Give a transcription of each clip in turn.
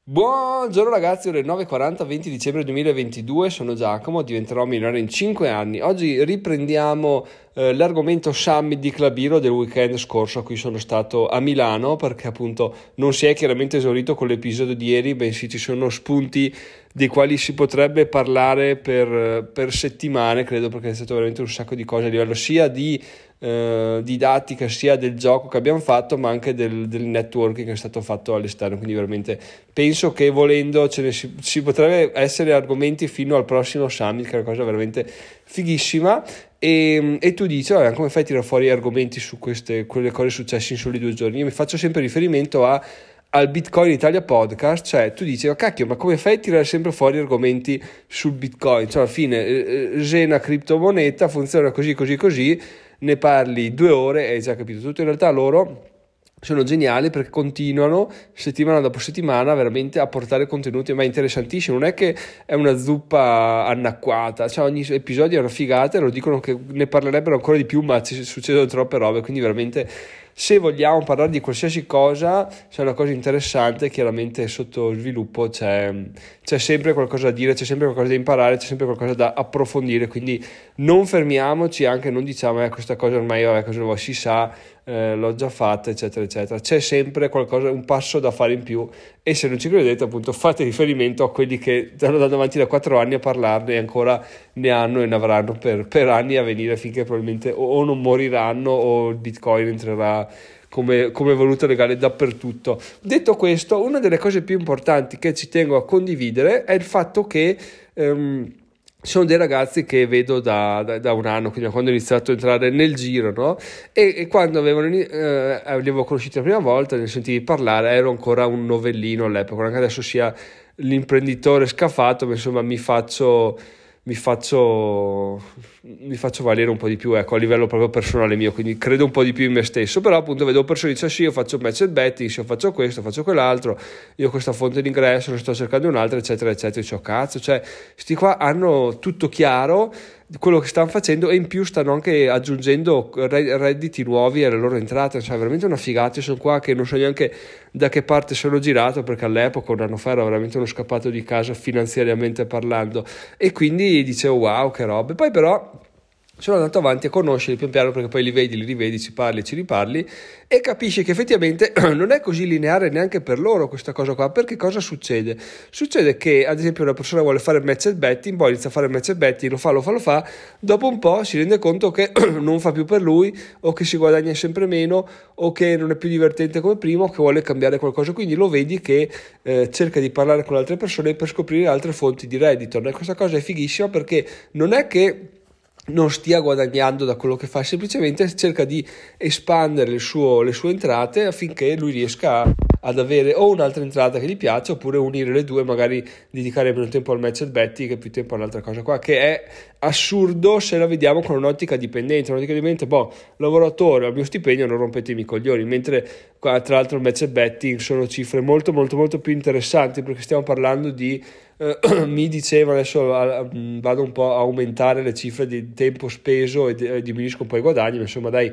Buongiorno ragazzi, ore 9:40, 20 dicembre 2022, sono Giacomo, diventerò milionario in 5 anni. Oggi riprendiamo l'argomento Summit di Club Hero del weekend scorso a cui sono stato a Milano, perché appunto non si è chiaramente esaurito con l'episodio di ieri, bensì ci sono spunti dei quali si potrebbe parlare per settimane, credo, perché è stato veramente un sacco di cose a livello sia di didattica, sia del gioco che abbiamo fatto, ma anche del networking che è stato fatto all'esterno. Quindi veramente penso che volendo ci potrebbe essere argomenti fino al prossimo Summit, che è una cosa veramente fighissima. E tu dici, come fai a tirare fuori argomenti su quelle cose successe in soli 2 giorni? Io mi faccio sempre riferimento al Bitcoin Italia podcast, cioè tu dici, cacchio, ma come fai a tirare sempre fuori argomenti sul Bitcoin? Cioè alla fine c'è una criptomoneta, funziona così, ne parli 2 ore e hai già capito tutto. In realtà loro sono geniali perché continuano settimana dopo settimana veramente a portare contenuti ma interessantissimi. Non è che è una zuppa annacquata, cioè ogni episodio è una figata e lo dicono che ne parlerebbero ancora di più, ma ci succedono troppe robe, quindi veramente se vogliamo parlare di qualsiasi cosa, c'è una cosa interessante, chiaramente sotto sviluppo c'è sempre qualcosa da dire, c'è sempre qualcosa da imparare, c'è sempre qualcosa da approfondire, quindi non fermiamoci, anche non diciamo questa cosa ormai cosa nuova si sa, l'ho già fatta, eccetera eccetera. C'è sempre qualcosa, un passo da fare in più, e se non ci credete appunto fate riferimento a quelli che stanno andando avanti da 4 anni a parlarne e ancora ne hanno e ne avranno per anni a venire, finché probabilmente o non moriranno o il Bitcoin entrerà come valuta legale dappertutto. Detto questo, una delle cose più importanti che ci tengo a condividere è il fatto che sono dei ragazzi che vedo da un anno, quindi quando ho iniziato a entrare nel giro, no? E quando li avevo conosciuti la prima volta, ne sentivi parlare, ero ancora un novellino all'epoca, anche adesso sia l'imprenditore scafato, ma insomma mi faccio valere un po' di più, ecco, a livello proprio personale mio, quindi credo un po' di più in me stesso. Però appunto vedo persone che dicono sì, io faccio match betting, sì, io faccio questo, faccio quell'altro, io ho questa fonte di ingresso, ne sto cercando un'altra, eccetera eccetera. Dico, cazzo, cioè sti qua hanno tutto chiaro di quello che stanno facendo, e in più stanno anche aggiungendo redditi nuovi alle loro entrate, cioè veramente una figata. Io sono qua che non so neanche da che parte sono girato, perché all'epoca, un anno fa, ero veramente uno scappato di casa finanziariamente parlando, e quindi dicevo wow, che robe. Poi però sono andato avanti a conoscerli pian piano, perché poi li vedi, li rivedi, ci parli, ci riparli, e capisci che effettivamente non è così lineare neanche per loro questa cosa qua. Perché cosa succede? Succede che ad esempio una persona vuole fare match betting, poi inizia a fare match betting, lo fa, dopo un po' si rende conto che non fa più per lui, o che si guadagna sempre meno, o che non è più divertente come prima, o che vuole cambiare qualcosa. Quindi lo vedi che cerca di parlare con altre persone per scoprire altre fonti di reddito. E questa cosa è fighissima, perché non è che non stia guadagnando da quello che fa, semplicemente cerca di espandere le sue entrate affinché lui riesca ad avere o un'altra entrata che gli piace, oppure unire le due, magari dedicare meno tempo al match betting e più tempo all'altra cosa qua, che è assurdo se la vediamo con un'ottica dipendente. Lavoratore, al mio stipendio non rompetemi i coglioni, mentre qua, tra l'altro, il match betting sono cifre molto molto molto più interessanti, perché stiamo parlando di mi diceva, adesso vado un po' a aumentare le cifre di tempo speso e diminuisco un po' i guadagni, ma insomma dai,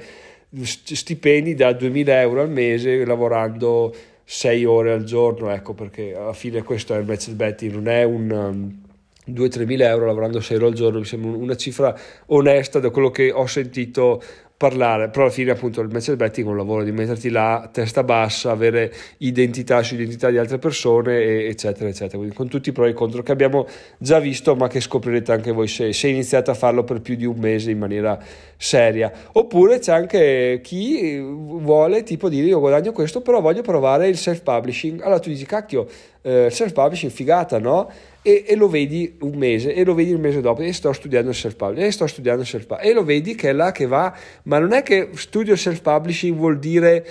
stipendi da 2.000 euro al mese lavorando 6 ore al giorno, ecco, perché alla fine questo è il match betting, non è un 2-3 mila euro lavorando 6 ore al giorno. Mi sembra una cifra onesta da quello che ho sentito parlare. Però alla fine appunto il match betting è un lavoro di metterti là testa bassa, avere identità su identità di altre persone, eccetera eccetera, quindi con tutti i pro e i contro che abbiamo già visto, ma che scoprirete anche voi se iniziate a farlo per più di un mese in maniera seria. Oppure c'è anche chi vuole tipo dire io guadagno questo, però voglio provare il self publishing. Allora tu dici cacchio, self publishing figata, no? E lo vedi un mese, e lo vedi il mese dopo, e sto studiando il self publishing, e lo vedi che è là che va. Ma non è che studio self publishing vuol dire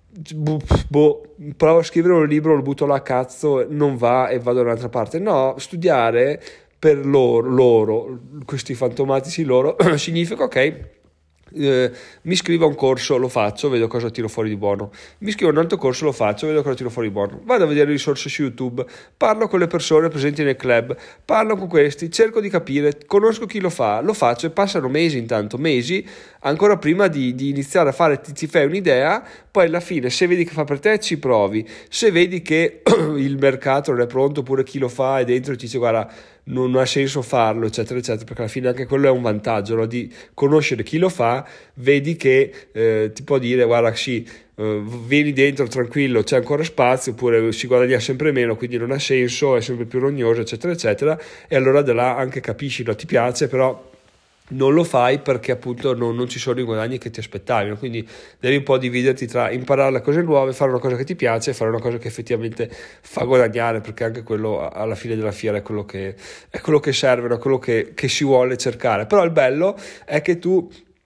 provo a scrivere un libro, lo butto là a cazzo, non va e vado da un'altra parte. No, studiare per loro questi fantomatici loro significa ok, mi iscrivo a un corso, lo faccio, vedo cosa tiro fuori di buono. Mi iscrivo a un altro corso, lo faccio, vedo cosa tiro fuori di buono. Vado a vedere le risorse su YouTube, parlo con le persone presenti nel club, parlo con questi, cerco di capire, conosco chi lo fa, lo faccio e passano mesi, intanto mesi, ancora prima di iniziare a fare, ti fai un'idea, poi alla fine se vedi che fa per te ci provi, se vedi che il mercato non è pronto oppure chi lo fa è dentro e ti dice guarda non ha senso farlo, eccetera, eccetera, perché alla fine anche quello è un vantaggio, no? Di conoscere chi lo fa, vedi che ti può dire guarda sì, vieni dentro tranquillo, c'è ancora spazio, oppure si guadagna sempre meno, quindi non ha senso, è sempre più rognoso, eccetera, eccetera, e allora da là anche capisci, no? Ti piace, però non lo fai perché appunto non ci sono i guadagni che ti aspettavi, no? Quindi devi un po' dividerti tra imparare le cose nuove, fare una cosa che ti piace e fare una cosa che effettivamente fa guadagnare, perché anche quello alla fine della fiera è quello che serve, no? Quello che si vuole cercare. Però il bello è che tu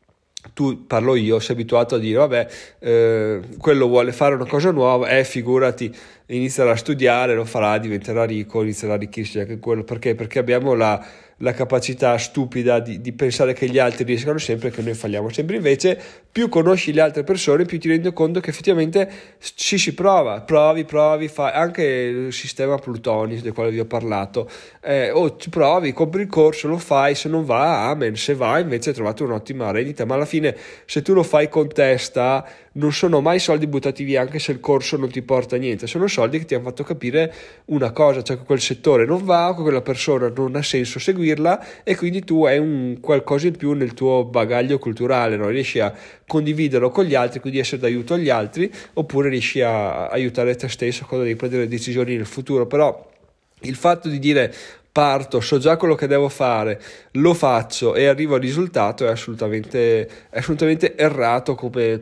parlo io, sei abituato a dire vabbè, quello vuole fare una cosa nuova, figurati, inizierà a studiare, lo farà, diventerà ricco, inizierà a arricchirsi anche quello, perché abbiamo la capacità stupida di pensare che gli altri riescano sempre e che noi falliamo sempre. Invece più conosci le altre persone, più ti rendi conto che effettivamente si provi, fai anche il sistema Plutoni del quale vi ho parlato, ci provi, compri il corso, lo fai, se non va amen, se va invece hai trovato un'ottima rendita, ma alla fine se tu lo fai con testa non sono mai soldi buttati via, anche se il corso non ti porta a niente, sono soldi che ti hanno fatto capire una cosa, cioè che quel settore non va, quella persona non ha senso seguirla e quindi tu hai un qualcosa in più nel tuo bagaglio culturale, no? Riesci a condividerlo con gli altri, quindi essere d'aiuto agli altri, oppure riesci a aiutare te stesso quando devi prendere decisioni nel futuro. Però il fatto di dire parto, so già quello che devo fare, lo faccio e arrivo al risultato è assolutamente errato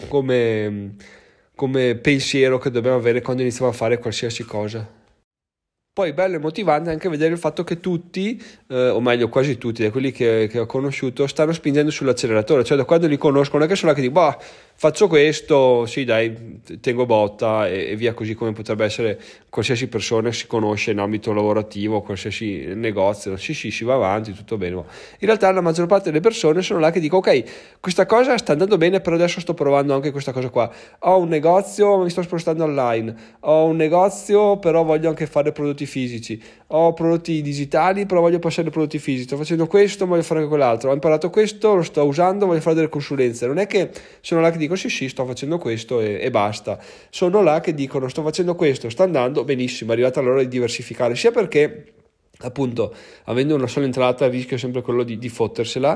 come pensiero che dobbiamo avere quando iniziamo a fare qualsiasi cosa. Poi bello e motivante anche vedere il fatto che tutti, o meglio quasi tutti, da quelli che ho conosciuto, stanno spingendo sull'acceleratore, cioè da quando li conosco non è che sono là che dico, faccio questo, sì dai, tengo botta e via così, come potrebbe essere qualsiasi persona si conosce in ambito lavorativo, qualsiasi negozio, sì si va avanti, tutto bene. In realtà la maggior parte delle persone sono là che dico, ok, questa cosa sta andando bene, però adesso sto provando anche questa cosa qua, ho un negozio, mi sto spostando online, ho un negozio, però voglio anche fare prodotti fisici, ho prodotti digitali però voglio passare ai prodotti fisici, sto facendo questo, voglio fare anche quell'altro, ho imparato questo, lo sto usando, voglio fare delle consulenze. Non è che sono là che dico sì sto facendo questo e basta, sono là che dicono sto facendo questo, sta andando benissimo, è arrivata l'ora di diversificare, sia perché appunto avendo una sola entrata il rischio è sempre quello di fottersela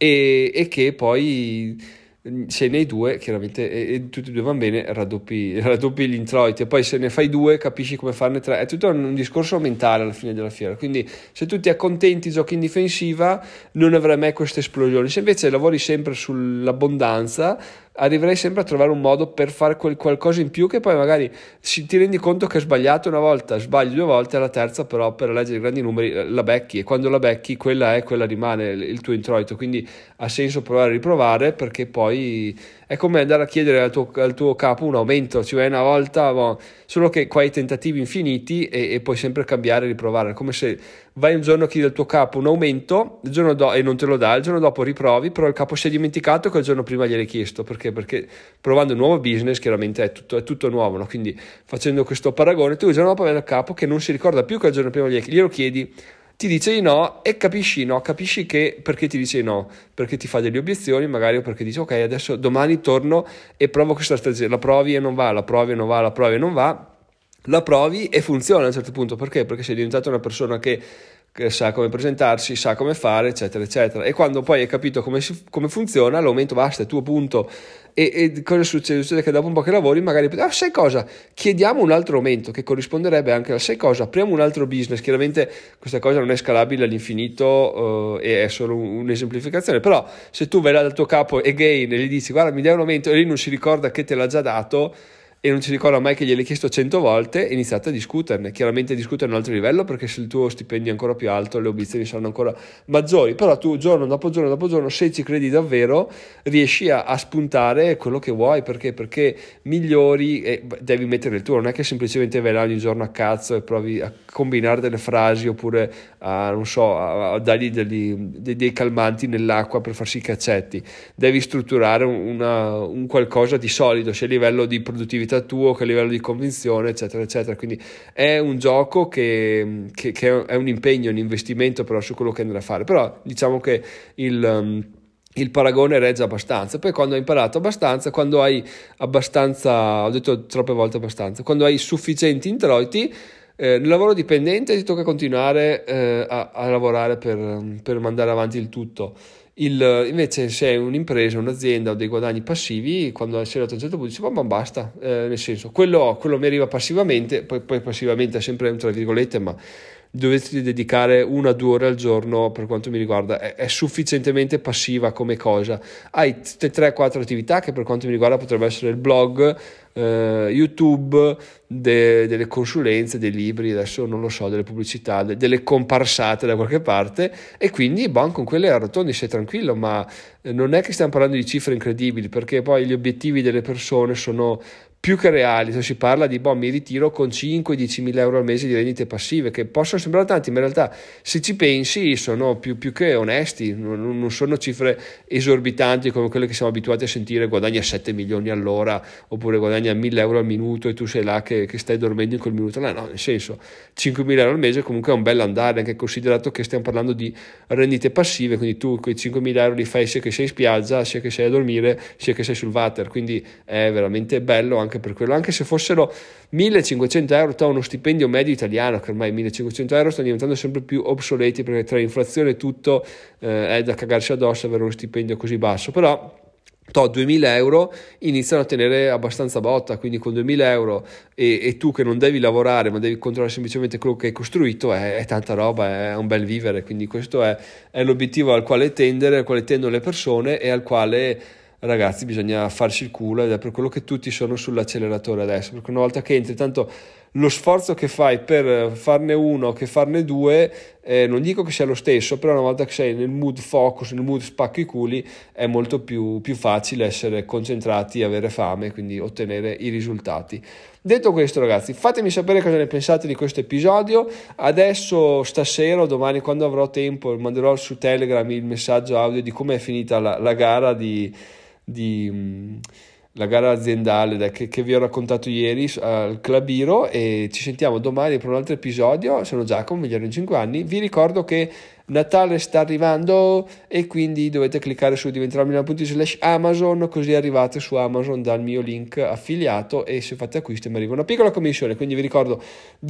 e che poi se ne hai due chiaramente e tutti e due vanno bene, raddoppi gli introiti, e poi se ne fai due capisci come farne tre, è tutto un discorso mentale alla fine della fiera. Quindi se tu ti accontenti, giochi in difensiva, non avrai mai queste esplosioni. Se invece lavori sempre sull'abbondanza, arriverai sempre a trovare un modo per fare qualcosa in più, che poi magari ti rendi conto che hai sbagliato una volta, sbagli due volte, alla terza però per la legge dei grandi numeri la becchi, e quando la becchi quella rimane il tuo introito. Quindi ha senso provare a riprovare, perché poi è come andare a chiedere al tuo capo un aumento, cioè una volta, solo che qua hai tentativi infiniti e puoi sempre cambiare e riprovare. È come se vai un giorno a chiedere al tuo capo un aumento, e non te lo dà, il giorno dopo riprovi, però il capo si è dimenticato che il giorno prima gliel'hai chiesto. Perché provando un nuovo business chiaramente è tutto nuovo, no? Quindi facendo questo paragone, tu il giorno dopo vai dal capo che non si ricorda più che il giorno prima glielo chiedi, ti dice di no e capisci che perché ti dice no, perché ti fa delle obiezioni magari, o perché dice ok adesso domani torno e provo questa strategia, la provi e non va, la provi e non va, la provi e non va, la provi e funziona a un certo punto. Perché sei diventata una persona che sa come presentarsi, sa come fare, eccetera eccetera, e quando poi hai capito come funziona, l'aumento basta, è tuo punto. E cosa succede? Succede che dopo un po' che lavori magari sai cosa, chiediamo un altro aumento che corrisponderebbe anche al sai cosa, apriamo un altro business. Chiaramente questa cosa non è scalabile all'infinito e è solo un'esemplificazione, però se tu vai là dal tuo capo e gli dici guarda mi dai un aumento e lui non si ricorda che te l'ha già dato, e non si ricorda mai che gliel'hai chiesto 100 volte, iniziate a discuterne. Chiaramente discutere a un altro livello, perché se il tuo stipendio è ancora più alto le obiezioni saranno ancora maggiori, però tu giorno dopo giorno dopo giorno, se ci credi davvero, riesci a spuntare quello che vuoi, perché migliori e devi mettere il tuo, non è che semplicemente vai là ogni giorno a cazzo e provi a combinare delle frasi oppure a, non so, a dargli dei calmanti nell'acqua per far sì che accetti. Devi strutturare un qualcosa di solido, sia a livello di produttività tuo che a livello di convinzione, eccetera eccetera. Quindi è un gioco che è un impegno, un investimento però su quello che andrà a fare. Però diciamo che il paragone regge abbastanza. Poi quando hai imparato abbastanza, quando hai abbastanza, ho detto troppe volte abbastanza, quando hai sufficienti introiti, nel lavoro dipendente ti tocca continuare a lavorare per mandare avanti il tutto. Invece se hai un'impresa, un'azienda o dei guadagni passivi, quando sei arrivato a un certo punto dici ma basta, nel senso quello mi arriva passivamente, poi passivamente è sempre tra virgolette, ma dovete dedicare 1 o 2 ore al giorno. Per quanto mi riguarda è sufficientemente passiva come cosa. Hai 3-4 attività che per quanto mi riguarda potrebbe essere il blog, YouTube, delle consulenze, dei libri, adesso non lo so, delle pubblicità, delle comparsate da qualche parte, e quindi con quelle arrotondi, sei tranquillo. Ma non è che stiamo parlando di cifre incredibili, perché poi gli obiettivi delle persone sono più che reali. Se si parla di mi ritiro con 5-10 mila euro al mese di rendite passive, che possono sembrare tanti, ma in realtà se ci pensi sono più che onesti, non sono cifre esorbitanti come quelle che siamo abituati a sentire: guadagna 7 milioni all'ora oppure guadagna 1000 euro al minuto e tu sei là che stai dormendo in quel minuto. No, nel senso, 5.000 euro al mese comunque è un bel andare, anche considerato che stiamo parlando di rendite passive, quindi tu quei 5.000 euro li fai sia che sei in spiaggia, sia che sei a dormire, sia che sei sul water, quindi è veramente bello anche per quello. Anche se fossero 1.500 euro, uno stipendio medio italiano, che ormai 1.500 euro stanno diventando sempre più obsoleti, perché tra l'inflazione e tutto è da cagarsi addosso avere uno stipendio così basso. Però 2.000 euro iniziano a tenere abbastanza botta, quindi con 2.000 euro e tu che non devi lavorare ma devi controllare semplicemente quello che hai costruito, è tanta roba, è un bel vivere. Quindi questo è l'obiettivo al quale tendere, al quale tendono le persone e al quale, ragazzi, bisogna farsi il culo, ed è per quello che tutti sono sull'acceleratore adesso, perché una volta che entri, tanto lo sforzo che fai per farne uno che farne due, non dico che sia lo stesso, però una volta che sei nel mood focus, nel mood spacco i culi, è molto più facile essere concentrati, avere fame, quindi ottenere i risultati. Detto questo, ragazzi, fatemi sapere cosa ne pensate di questo episodio. Adesso, stasera o domani, quando avrò tempo, manderò su Telegram il messaggio audio di come è finita la gara la gara aziendale che vi ho raccontato ieri al Clubiro, e ci sentiamo domani per un altro episodio. Sono Giacomo, migliore in 5 anni. Vi ricordo che Natale sta arrivando e quindi dovete cliccare su diventeromilionario.it/Amazon, così arrivate su Amazon dal mio link affiliato, e se fate acquisti mi arriva una piccola commissione. Quindi vi ricordo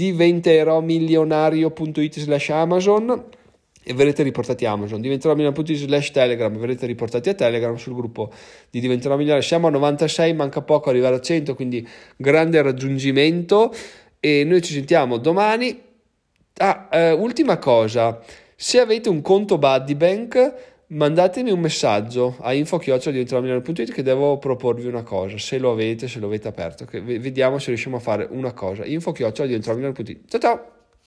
diventeromilionario.it/Amazon e verrete riportati a Amazon. Diventeromilionario.it/Telegram, verrete riportati a Telegram sul gruppo di Diventerò Milionario. Siamo a 96, manca poco arrivare a 100, quindi grande raggiungimento, e noi ci sentiamo domani. Ultima cosa, se avete un conto Buddybank, mandatemi un messaggio a info@diventeromilionario.it che devo proporvi una cosa, se lo avete aperto, che vediamo se riusciamo a fare una cosa. info@diventeromilionario.it. Ciao ciao.